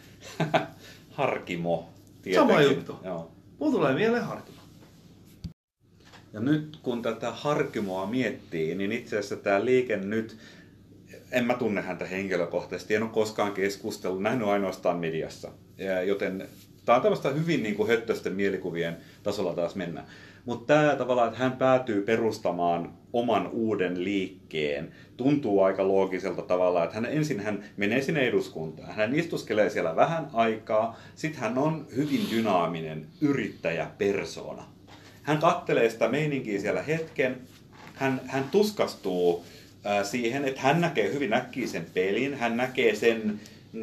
Harkimo. Tietenkin. Sama juttu. Joo. Mulla tulee mieleen Harkimo. Ja nyt kun tätä Harkimoa miettii, niin itse asiassa tämä Liikennyt, en mä tunne häntä henkilökohtaisesti, en ole koskaan keskustellut, nähnyt ainoastaan mediassa. Ja joten tämä on tämmöistä hyvin niin kuin höttöisten mielikuvien tasolla taas mennä. Mutta tämä tavallaan, että hän päätyy perustamaan oman uuden liikkeen, tuntuu aika loogiselta tavalla, että hän ensin hän menee sinne eduskuntaan, hän istuskelee siellä vähän aikaa, sitten hän on hyvin dynaaminen yrittäjäpersoona. Hän kattelee sitä meininkiä siellä hetken, hän, hän tuskastuu äh, siihen, että hän näkee hyvin äkkiä sen pelin, hän näkee sen,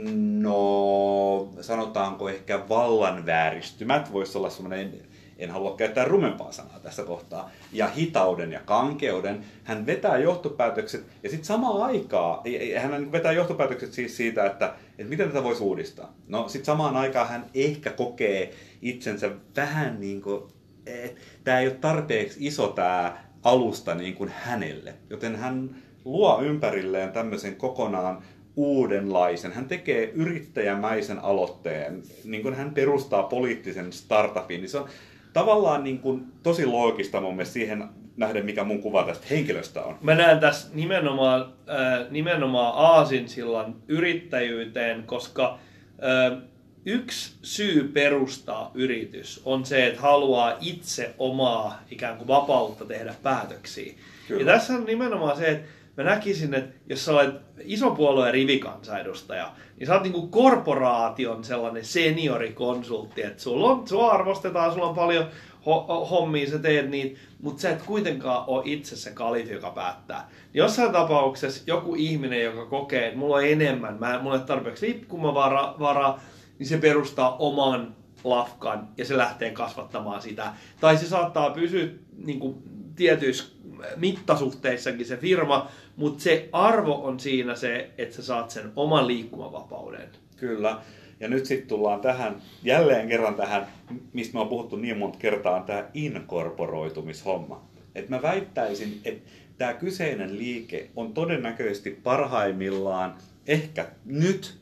no sanotaanko ehkä vallan vääristymät, voisi olla semmoinen, en halua käyttää rumempaa sanaa tässä kohtaa, ja hitauden ja kankeuden. Hän vetää johtopäätökset, ja sitten samaan aikaan, hän vetää johtopäätökset siis siitä, että, että miten tätä voisi uudistaa. No sitten samaan aikaan hän ehkä kokee itsensä vähän niin kuin, tämä ei ole tarpeeksi iso tämä alusta niin kuin hänelle, joten hän luo ympärilleen tämmöisen kokonaan uudenlaisen. Hän tekee yrittäjämäisen aloitteen, niin kuin hän perustaa poliittisen startupin, niin se on tavallaan niin kuin tosi loogista mun mielestä siihen nähden, mikä mun kuva tästä henkilöstä on. Mä näen tässä nimenomaan, äh, nimenomaan aasinsillan yrittäjyyteen, koska äh, yksi syy perustaa yritys on se, että haluaa itse omaa ikään kuin vapautta tehdä päätöksiä. Kyllä. Ja tässä on nimenomaan se, että mä näkisin, että jos sä olet iso puolueen rivikansanedustaja, niin sä oot niinku korporaation sellainen seniorikonsultti, että sulla on, sua arvostetaan, sulla on paljon ho- hommia, sä teet niitä, mutta sä et kuitenkaan ole itse se kalifi, joka päättää. Jossain tapauksessa joku ihminen, joka kokee, että mulla on enemmän, mä, mulla ei ole tarpeeksi liikkumavaraa, vara, niin se perustaa oman lafkan ja se lähtee kasvattamaan sitä. Tai se saattaa pysyä niin kuin tietyissä mittasuhteissakin se firma, mutta se arvo on siinä se, että sä saat sen oman liikkumavapauden. Kyllä. Ja nyt sitten tullaan tähän, jälleen kerran tähän, mistä me on puhuttu niin monta kertaa, on tämä inkorporoitumishomma. Et mä väittäisin, että tämä kyseinen liike on todennäköisesti parhaimmillaan ehkä nyt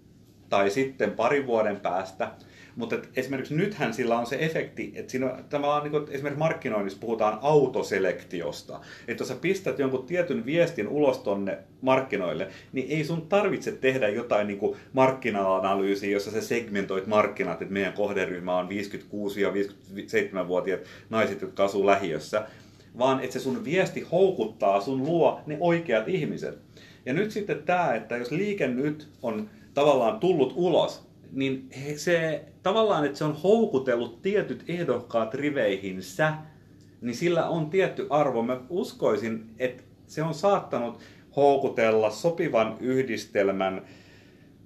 tai sitten parin vuoden päästä. Mutta esimerkiksi nythän sillä on se efekti, että siinä on, tämä on, niin kuin, esimerkiksi markkinoinnissa puhutaan autoselektiosta. Että jos sä pistät jonkun tietyn viestin ulos tonne markkinoille, niin ei sun tarvitse tehdä jotain niin kuin markkina-analyysiä, jossa sä segmentoit markkinat, että meidän kohderyhmä on viisikymmentäkuusi-viisikymmentäseitsemän-vuotiaat naiset, jotka asuu lähiössä, vaan että se sun viesti houkuttaa sun luo ne oikeat ihmiset. Ja nyt sitten tämä, että jos Liikennyt on tavallaan tullut ulos, niin se tavallaan, että se on houkutellut tietyt ehdokkaat riveihinsä, niin sillä on tietty arvo. Mä uskoisin, että se on saattanut houkutella sopivan yhdistelmän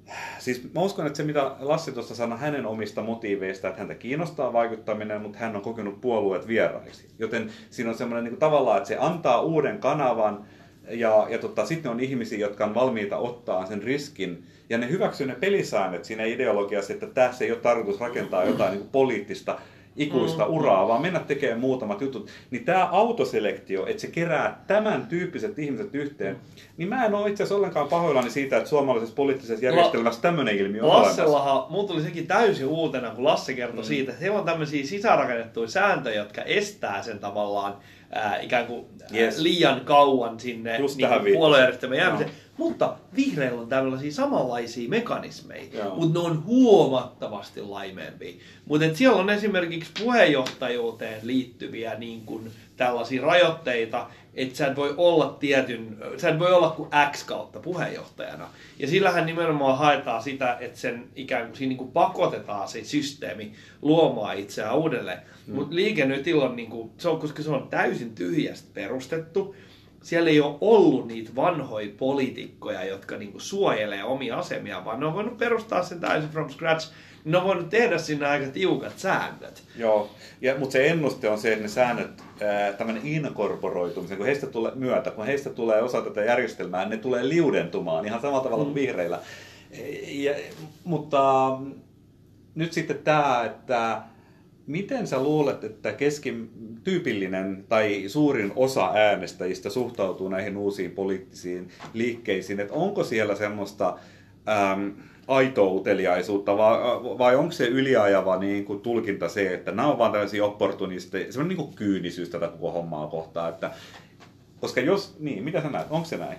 Siis mä uskon, että se mitä Lassi tuossa sanoi hänen omista motiiveista, että häntä kiinnostaa vaikuttaminen, mutta hän on kokenut puolueet vieraiksi. Joten siinä on semmoinen niin kuin tavallaan, että se antaa uuden kanavan ja, ja tota, sitten on ihmisiä, jotka on valmiita ottaa sen riskin ja ne hyväksyy ne pelisäännöt siinä ideologiassa, että tässä ei ole tarkoitus rakentaa jotain niin kuin poliittista ikuista uraa, vaan mennä tekemään muutamat jutut, niin tämä autoselektio, että se kerää tämän tyyppiset ihmiset yhteen, niin mä en ole itse asiassa ollenkaan pahoillani siitä, että suomalaisessa poliittisessa järjestelmässä tämmöinen ilmiö on olemassa. Lassellahan, mun tuli sekin täysin uutena, kun Lasse kertoi mm. siitä, että heillä on tämmöisiä sisäänrakennettuja sääntöjä, jotka estää sen tavallaan ää, ikään kuin yes. liian kauan sinne niin puoluejärjestelmän jäämisen. No. Mutta vihreillä on tällaisia samanlaisia mekanismeja, Joo. mutta ne on huomattavasti laimeempia. Mutta siellä on esimerkiksi puheenjohtajuuteen liittyviä niin kun, tällaisia rajoitteita, että sä et voi olla tietyn, sä et voi olla kuin X kautta puheenjohtajana. Ja sillähän nimenomaan haetaan sitä, että sen ikään kuin, siinä niin kuin pakotetaan se systeemi luomaan itseään uudelleen. Mm. Mutta Liike Nytillä on, niin kuin, se on, koska se on täysin tyhjästä perustettu, siellä ei ole ollut niitä vanhoja poliitikkoja, jotka niinku suojelee omia asemiaan, vaan ne on voinut perustaa sen täysin from scratch. Ne on voinut tehdä sinne aika tiukat säännöt. Joo, ja, mutta se ennuste on se, että ne säännöt, ää, tämmöinen inkorporoitumisen, kun heistä tulee myötä, kun heistä tulee osa tätä järjestelmää, ne tulee liudentumaan ihan samalla tavalla kuin mm. vihreillä. Ja, mutta nyt sitten tämä, että miten sä luulet, että keskityypillinen tai suurin osa äänestäjistä suhtautuu näihin uusiin poliittisiin liikkeisiin? Että onko siellä semmoista äm, aitoa uteliaisuutta vai, vai onko se yliajava niin kuin tulkinta se, että nämä on vaan tällaisia opportunisteja, semmoinen niin kuin kyynisyys tätä koko hommaa kohtaan? Että, koska jos, niin, mitä sä näet? Onko se näin?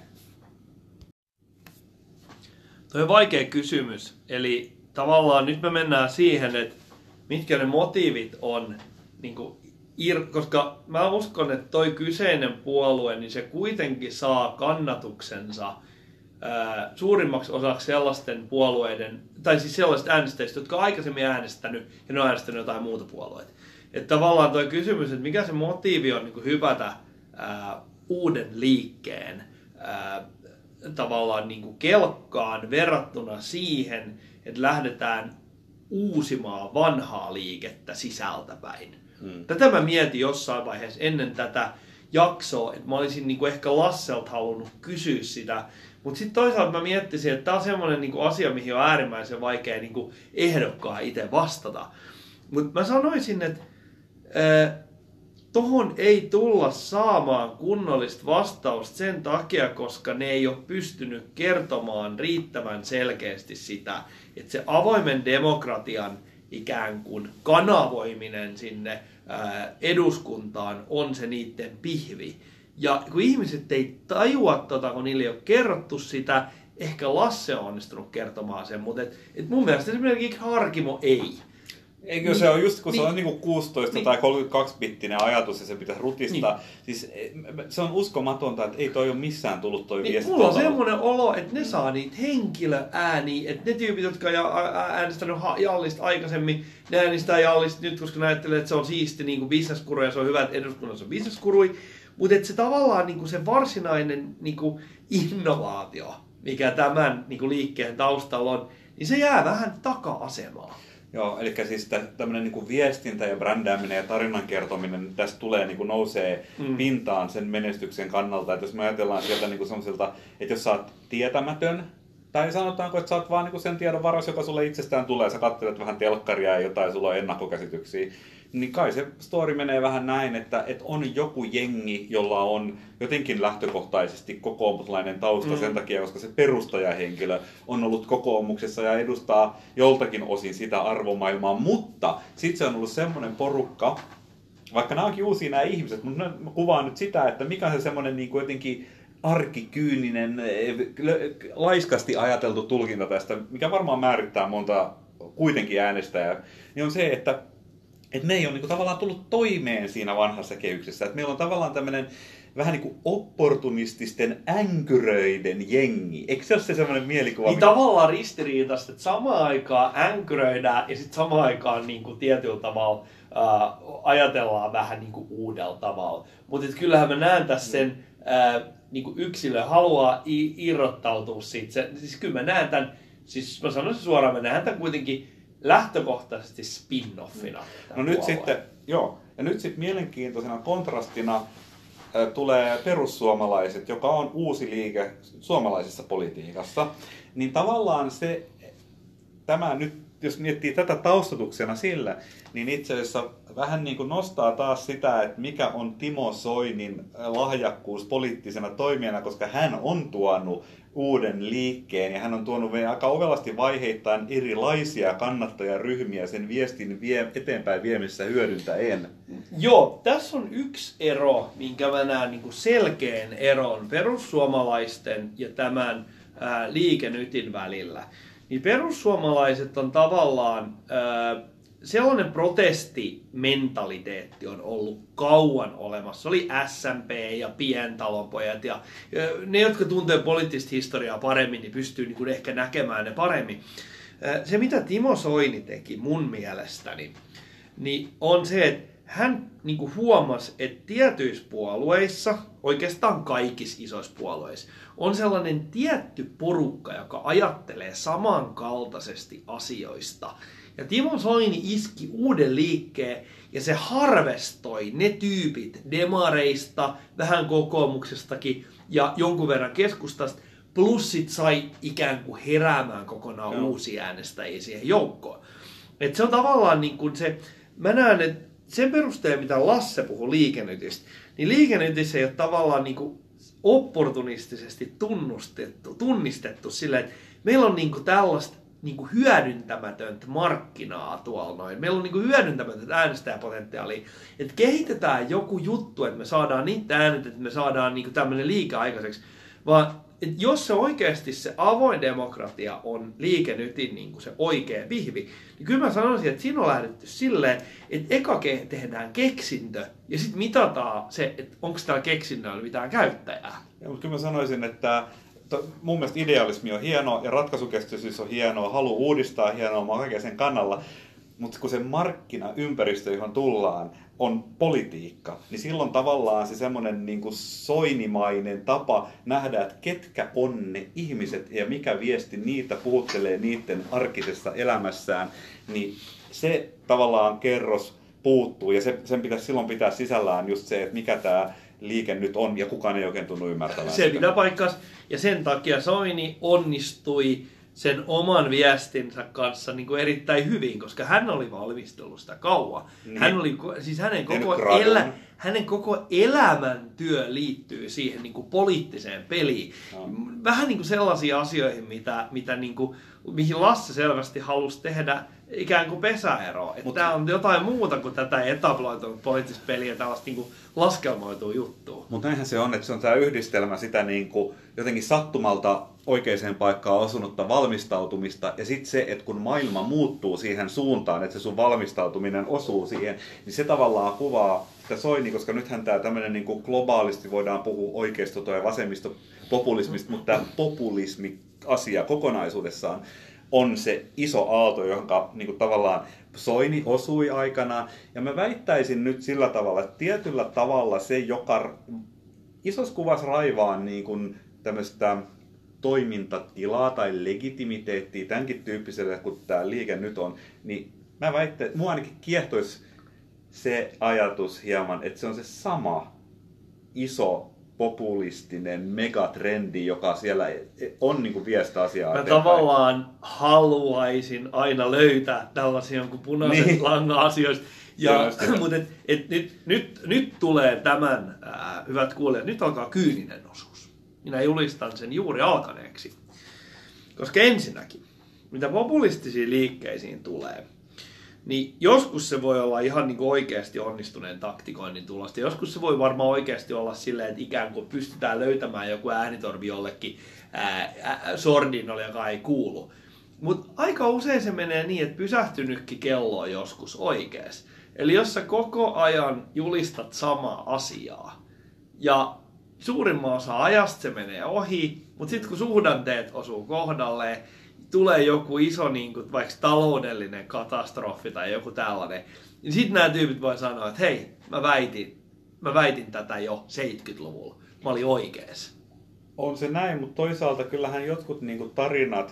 Tuo on vaikea kysymys. Eli tavallaan nyt me mennään siihen, että mitkä ne motiivit on, niin kuin, koska mä uskon, että toi kyseinen puolue, niin se kuitenkin saa kannatuksensa ää, suurimmaksi osaksi sellaisten puolueiden, tai siis sellaisista äänestäjistä, jotka on aikaisemmin äänestänyt, ja ne on äänestänyt jotain muuta puolueita. Että tavallaan toi kysymys, että mikä se motiivi on niin kuin hypätä ää, uuden liikkeen ää, tavallaan niin kuin kelkkaan verrattuna siihen, että lähdetään uusimaan vanhaa liikettä sisältäpäin. Hmm. Tätä mä mietin jossain vaiheessa ennen tätä jaksoa, että mä olisin niinku ehkä Lasselta halunnut kysyä sitä, mutta sitten toisaalta mä miettisin, että tää on semmoinen niinku asia, mihin on äärimmäisen vaikea niinku ehdokkaan itse vastata. Mutta mä sanoisin, että äh, tohon ei tulla saamaan kunnollista vastausta sen takia, koska ne ei ole pystynyt kertomaan riittävän selkeästi sitä, että se avoimen demokratian ikään kuin kanavoiminen sinne ää, eduskuntaan on se niiden pihvi. Ja kun ihmiset ei tajua tota, kun niille ei ole kerrottu sitä, ehkä Lasse on onnistunut kertomaan sen, mutta et, et mun mielestä esimerkiksi Harkimo ei. Eikö niin, se on just kun niin, se on niinku kuusitoista niin, tai kolmekymmentäkaksi-bittinen ajatus ja se pitäisi rutistaa. Niin, siis se on uskomatonta, että ei toi ole missään tullut toi niin, viesti. Mulla on semmoinen olo, että ne saa niitä henkilöääniä, että ne tyypit, jotka on äänestänyt Jallista aikaisemmin, ne äänestää Jallista nyt, koska ne ajattelee, että se on siisti niin kuin bisneskuru ja se on hyvä, että eduskunnassa on bisneskurui. Mutta että se tavallaan niin kuin se varsinainen niin kuin innovaatio, mikä tämän niin kuin liikkeen taustalla on, niin se jää vähän taka-asemaan. Joo, eli siis tämmöinen niin viestintä ja brändääminen ja tarinan kertominen tästä tulee niin kuin nousee mm. pintaan sen menestyksen kannalta. Että jos me ajatellaan sieltä niin kuin semmoiselta, että jos sä oot tietämätön, tai sanotaanko, että sä oot vaan niin kuin sen tiedon varas, joka sulle itsestään tulee, sä katselet vähän telkkaria ja jotain, sulla on ennakkokäsityksiä, niin kai se story menee vähän näin, että, että on joku jengi, jolla on jotenkin lähtökohtaisesti kokoomuslainen tausta mm. sen takia, koska se perustajahenkilö on ollut kokoomuksessa ja edustaa joltakin osin sitä arvomaailmaa, mutta sitten se on ollut semmoinen porukka, vaikka nämä onkin uusia nämä ihmiset, mutta mä kuvaan nyt sitä, että mikä on se semmoinen niin kuin jotenkin arkikyyninen, laiskasti ajateltu tulkinta tästä, mikä varmaan määrittää monta kuitenkin äänestäjää, niin on se, että että ne ei ole niin kuin tavallaan tullut toimeen siinä vanhassa kehyksessä. Että meillä on tavallaan tämmöinen vähän niin kuin opportunististen änkyröiden jengi. Eikö se ole se semmoinen mielikuva? Niin tavallaan ristiriitaista, että samaan aikaan änkyröidään ja sitten samaan aikaan niin kuin tietyllä tavalla ää, ajatellaan vähän niin kuin uudella tavalla. Mutta kyllähän mä näen tässä sen, ää, niin kuin yksilö haluaa irrottautua siitä. Se, siis kyllä mä näen tämän siis mä sanoisin suoraan, me nähdään tämän kuitenkin lähtökohtaisesti spin-offina. No nyt sitten, joo, ja nyt sitten mielenkiintoisena kontrastina äh, tulee perussuomalaiset, joka on uusi liike suomalaisessa politiikassa. Niin tavallaan se, tämä nyt, jos miettii tätä taustatuksena sillä, niin itse asiassa vähän niin kuin nostaa taas sitä, että mikä on Timo Soinin lahjakkuus poliittisena toimijana, koska hän on tuonut uuden liikkeen ja hän on tuonut aika ovelasti vaiheittain erilaisia kannattajaryhmiä sen viestin vie, eteenpäin viemissä hyödyntäen. Joo, tässä on yksi ero, minkä mä näen niin kuin selkeän eron perussuomalaisten ja tämän ää, Liike Nytin välillä. Niin perussuomalaiset on tavallaan ää, sellainen protestimentaliteetti on ollut kauan olemassa. Oli S M P ja pientalonpojat ja, ja ne, jotka tuntee poliittista historiaa paremmin, niin pystyy niin kuin ehkä näkemään ne paremmin. Se, mitä Timo Soini teki mun mielestäni, niin on se, että hän niin kuin huomasi, että tietyissä puolueissa, oikeastaan kaikissa isoissa puolueissa, on sellainen tietty porukka, joka ajattelee samankaltaisesti asioista. Ja Timo Soini iski uuden liikkeen ja se harvestoi ne tyypit demareista, vähän kokoomuksestakin ja jonkun verran keskustasta, plus sit sai ikään kuin heräämään kokonaan no. uusia äänestäjiä siihen joukkoon. Et se on tavallaan niin kuin se, mä näen, että sen perusteella mitä Lasse puhui Liike Nytistä, niin Liike Nytissä ei ole tavallaan niin kuin opportunistisesti tunnustettu, tunnistettu silleen, että meillä on niin kuin tällaista niin kuin hyödyntämätöntä markkinaa tuolla noin. Meillä on niin kuin hyödyntämätöntä äänestäjäpotentiaalia. Että kehitetään joku juttu, että me saadaan niitä äänet, että me saadaan niin kuin tämmöinen liike aikaiseksi. Vaan että jos se oikeasti se avoin demokratia on Liike Nytin niin kuin se oikea vihvi, niin kyllä mä sanoisin, että siinä on lähdetty silleen, että eka tehdään keksintö ja sitten mitataan se, että onko täällä keksinnöllä mitään käyttäjää. Ja, mutta kyllä mä sanoisin, että mun mielestä idealismi on hieno ja ratkaisukeskeisyys on hienoa, halu uudistaa hienoa, mä oon oikein sen kannalla. Mutta kun se markkinaympäristö, johon tullaan, on politiikka, niin silloin tavallaan se semmoinen niin kuin soinimainen tapa nähdä, että ketkä on ne ihmiset ja mikä viesti niitä puhuttelee niiden arkisessa elämässään, niin se tavallaan kerros puuttuu ja se, sen pitäisi silloin pitää sisällään just se, että mikä tämä liike nyt on ja kukaan ei oikein tunnu ymmärtämään. Se pitää paikkaansa ja sen takia Soini onnistui sen oman viestinsä kanssa niin kuin erittäin hyvin, koska hän oli valmistellut sitä kauan. Niin. Hän oli, siis hänen koko, elä, hänen koko elämäntyö liittyy siihen niin kuin poliittiseen peliin. No. Vähän niin kuin sellaisiin asioihin, mitä, mitä niin kuin, mihin Lasse selvästi halusi tehdä ikään kuin pesäeroa. Mut, tämä on jotain muuta kuin tätä etabloitunut poliittista peliä, tällaista niin kuin laskelmoitua juttua. Mutta näinhän se on, että se on tämä yhdistelmä sitä niin kuin jotenkin sattumalta oikeaan paikkaan osunutta valmistautumista ja sitten se, että kun maailma muuttuu siihen suuntaan, että se sun valmistautuminen osuu siihen, niin se tavallaan kuvaa sitä Soini, koska nythän tämä tämmöinen niin kuin globaalisti voidaan puhua oikeisto- ja vasemmistopopulismista, mutta tämä populismi-asia kokonaisuudessaan on se iso aalto, jonka niin kuin tavallaan Soini osui aikanaan. Ja mä väittäisin nyt sillä tavalla, että tietyllä tavalla se, joka isossa kuvassa raivaa niin kuin tämmöistä toimintatilaa tai legitimiteettiä tämänkin tyyppiselle, kun tämä liike nyt on, niin mä väittäisin, että mua ainakin kiehtoisi se ajatus hieman, että se on se sama iso populistinen megatrendi, joka siellä on niin kuin viestä asiaa Mä eteenpäin. tavallaan haluaisin aina löytää tällaisia jonkun punaisen niin. langan asioista. Ja, mutta et, et, nyt, nyt, nyt tulee tämän, ää, hyvät kuulijat, nyt alkaa kyyninen osuus. Minä julistan sen juuri alkaneeksi. Koska ensinnäkin, mitä populistisiin liikkeisiin tulee, niin joskus se voi olla ihan niin kuin oikeasti onnistuneen taktikoinnin tulosta. Joskus se voi varmaan oikeasti olla silleen, että ikään kuin pystytään löytämään joku äänitorvi jollekin ää, ää, sordinnolle, joka ei kuulu. Mutta aika usein se menee niin, että pysähtynytkin kello on joskus oikeas. Eli jos sä koko ajan julistat samaa asiaa ja suurimman osa ajasta se menee ohi, mutta sitten kun suhdanteet osuu kohdalleen, tulee joku iso niin kuin, vaikka taloudellinen katastrofi tai joku tällainen, niin sitten nämä tyypit voi sanoa, että hei, mä väitin, mä väitin tätä jo seitsemänkymmentäluvulla. Mä olin oikeassa. On se näin, mutta toisaalta kyllähän jotkut niin kuin tarinat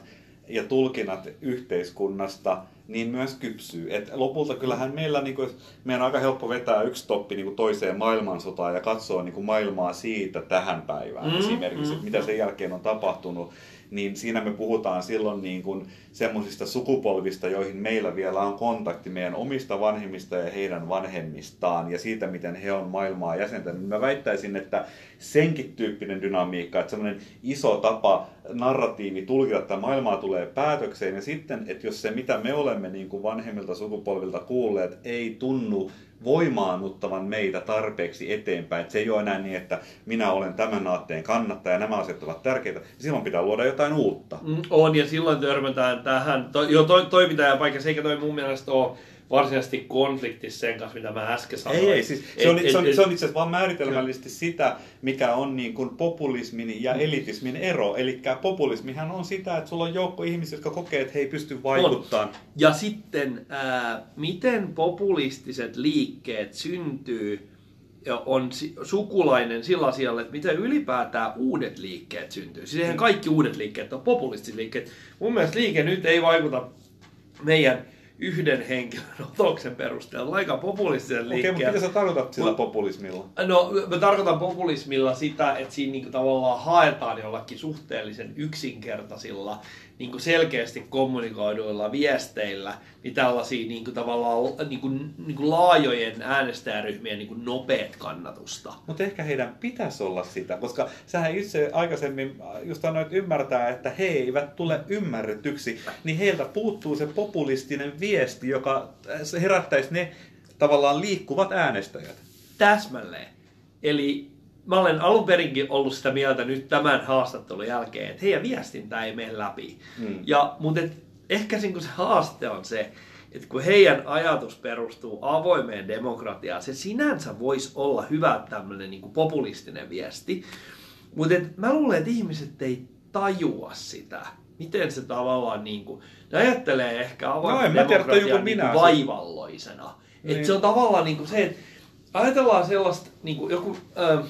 ja tulkinnat yhteiskunnasta niin myös kypsyy. Et lopulta kyllähän meillä, niin kuin, meidän on aika helppo vetää yksi toppi niin kuin toiseen maailmansotaan ja katsoa niin kuin maailmaa siitä tähän päivään mm, esimerkiksi, mm, mitä sen jälkeen on tapahtunut. Niin siinä me puhutaan silloin niin kuin semmoisista sukupolvista, joihin meillä vielä on kontakti meidän omista vanhemmista ja heidän vanhemmistaan ja siitä, miten he on maailmaa jäsentänyt. Mä väittäisin, että senkin tyyppinen dynamiikka, että semmoinen iso tapa, narratiivi tulkita, että maailmaa tulee päätökseen ja sitten, että jos se mitä me olemme niin kuin vanhemmilta sukupolvilta kuulleet ei tunnu voimaannuttavan meitä tarpeeksi eteenpäin. Että se ei ole enää niin, että minä olen tämän aatteen kannattaja ja nämä asiat ovat tärkeitä. Silloin pitää luoda jotain uutta. Mm, on, ja silloin törmätään tähän. To, jo, toi, toi pitää paikassa, eikä toi mun mielestä ole varsinaisesti konfliktissa sen kanssa, mitä mä äsken sanoin. Ei, ei. Siis se, on, et, se, on, et, se on itse asiassa vaan määritelmällisesti sitä, mikä on niin kuin populismin ja elitismin ero. Eli populismihan on sitä, että sulla on joukko ihmisiä, jotka kokee, että he ei pysty vaikuttamaan. On. Ja sitten, ää, miten populistiset liikkeet syntyy, on sukulainen sillä asialla, että miten ylipäätään uudet liikkeet syntyy. Siis eihän kaikki uudet liikkeet on populistiset liikkeet. Mun mielestä liike nyt ei vaikuta meidän yhden henkilön otoksen perusteella, aika populistisen liikkeen. Okei, mutta mitä sä tarkoitat sillä populismilla? No, mä tarkoitan populismilla sitä, että siinä niinku tavallaan haetaan jollakin suhteellisen yksinkertaisilla, niinku selkeästi kommunikoiduilla viesteillä, niin tällaisia niinku tavallaan niinku, niinku laajojen äänestäjäryhmien niinku nopeat kannatusta. Mutta ehkä heidän pitäisi olla sitä, koska sähän itse aikaisemmin just annoit ymmärtää, että he eivät tule ymmärretyksi, niin heiltä puuttuu se populistinen viesti, joka herättäisi ne tavallaan liikkuvat äänestäjät. Täsmälleen. Eli mä olen alun perinkin ollut sitä mieltä nyt tämän haastattelun jälkeen, että heidän viestintä ei mene läpi. Mm. Ja, mutta et, ehkä se haaste on se, että kun heidän ajatus perustuu avoimeen demokratiaan, se sinänsä voisi olla hyvä tämmöinen niin kuin populistinen viesti. Mutta mä luulen, että ihmiset ei tajua sitä. Miten se tavallaan niin kuin, ne ajattelee ehkä avoimen no, demokratian niin kuin vaivalloisena. Niin. Että se on tavallaan niin kuin se, että ajatellaan sellaista, niin kuin joku, äh,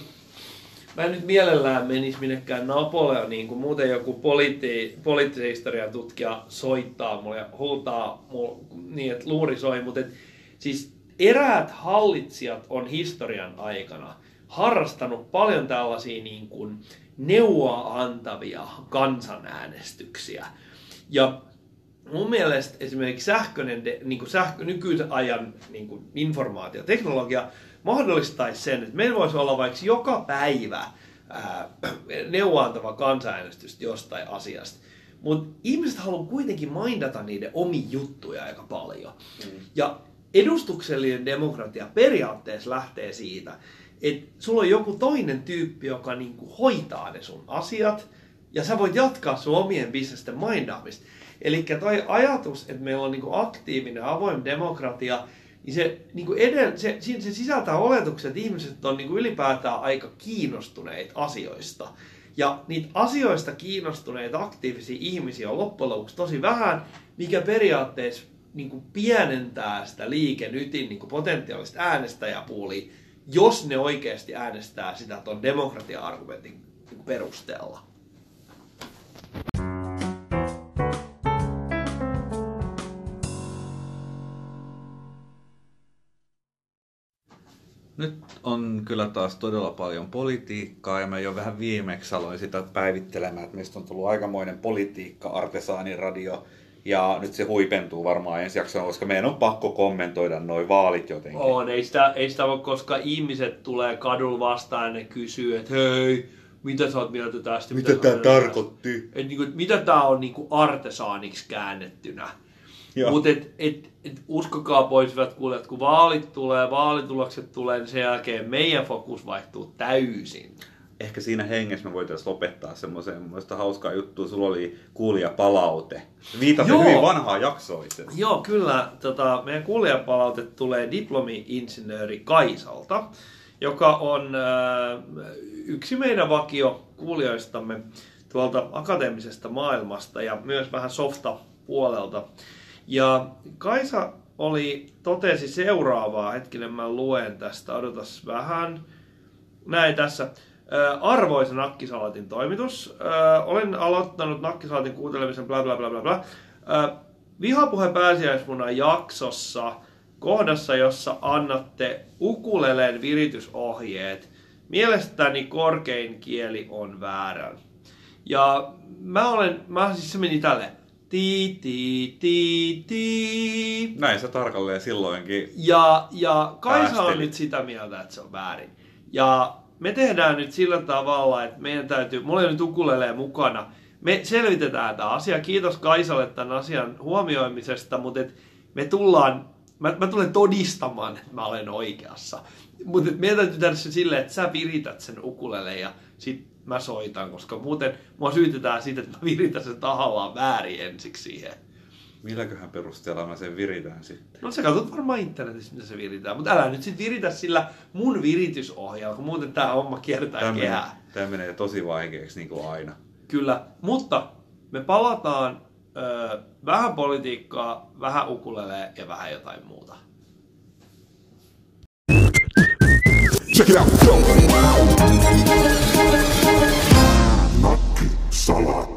mä en nyt mielellään menisi minnekään Napoleoniin, kun muuten joku poliitti, poliittisen historian tutkija soittaa mulle ja huutaa mulle niin, että luuri soi, mutta et, siis eräät hallitsijat on historian aikana harrastanut paljon tällaisia niin kuin neuvoa antavia kansanäänestyksiä. Ja mun mielestä esimerkiksi sähköinen, niin kuin sähkö, nykyisen ajan niin kuin informaatioteknologia mahdollistaisi sen, että meillä voisi olla vaikka joka päivä ää, neuvoantava kansanäänestys jostain asiasta. Mutta ihmiset haluaa kuitenkin mindata niiden omia juttuja aika paljon. Mm. Ja edustuksellinen demokratia periaatteessa lähtee siitä, että sulla on joku toinen tyyppi, joka niinku hoitaa ne sun asiat, ja sä voit jatkaa sun omien bisnesten mindaamista. Eli toi ajatus, että meillä on niinku aktiivinen avoin demokratia, niin se, niinku edellä, se, se sisältää oletuksen, että ihmiset on niinku ylipäätään aika kiinnostuneita asioista. Ja niitä asioista kiinnostuneita aktiivisia ihmisiä on loppujen lopuksi tosi vähän, mikä periaatteessa niinku pienentää sitä liikenytin niinku potentiaalista äänestäjäpuulia, jos ne oikeasti äänestää sitä ton demokratia-argumentin perusteella. Nyt on kyllä taas todella paljon politiikkaa ja mä jo vähän viimeksi aloin sitä päivittelemään, että meistä on tullut aikamoinen politiikka-artesaaniradio. Ja nyt se huipentuu varmaan ensi jaksoon, koska meidän on pakko kommentoida noi vaalit jotenkin. On, ei sitä, ei sitä voi, koska ihmiset tulee kadulla vastaan ja ne kysyy, että hei, mitä sä oot mieltä tästä? Mitä, mitä tää tarkoitti? Et, niinku, mitä tää on niinku artesaaniksi käännettynä? Mutta et, et, et, uskokaa pois, hyvät kuulijat, kun vaalit tulee, vaalitulokset tulee, niin sen jälkeen meidän fokus vaihtuu täysin. Ehkä siinä hengessä me voitaisiin lopettaa semmoisen hauskaa juttua. Sulla oli kuulijapalaute. Viitaten hyvin vanhaa jaksoa itse. Joo, kyllä. Tota, meidän kuulijapalaute tulee diplomi-insinööri Kaisalta, joka on äh, yksi meidän vakio kuulijoistamme tuolta akateemisesta maailmasta ja myös vähän softa-puolelta. Ja Kaisa oli, totesi seuraavaa, hetkinen mä luen tästä, odotas vähän. Näin tässä. Arvoisa Nakkisalatin toimitus. Äh, olen aloittanut Nakkisalatin kuuntelemisen bla bla bla bla bla. Äh, Vihapuhe pääsiäismunan jaksossa, kohdassa, jossa annatte ukuleleen viritysohjeet. Mielestäni korkein kieli on väärän. Ja mä olen, mä siis se meni tälleen. Tii, tii, tii, tii. Näin se tarkalleen silloinkin. Ja, ja Kaisa päästeli. on nyt sitä mieltä, että se on väärin. Ja me tehdään nyt sillä tavalla, että meidän täytyy, mulla ei nyt ukulelee mukana. Me selvitetään tämä asia. Kiitos Kaisalle tämän asian huomioimisesta, mutta et me tullaan, mä, mä tulen todistamaan, että mä olen oikeassa. Mutta meidän täytyy tehdä se silleen, että sä virität sen ukulele ja sit mä soitan, koska muuten mua syytetään siitä, että mä viritän sen tahallaan väärin ensiksi siihen. Milläköhän perusteella mä sen viritän sitten? No sä katsot varmaan internetissä, mitä se viritään, mutta älä nyt sit viritä sillä mun viritysohjalla, kun muuten tää homma kiertää Tämä kehää. menee, tämä menee tosi vaikeaksi niin kuin aina. Kyllä, mutta me palataan ö, vähän politiikkaa, vähän ukulelee ja vähän jotain muuta. Check it out. Nakkisalat.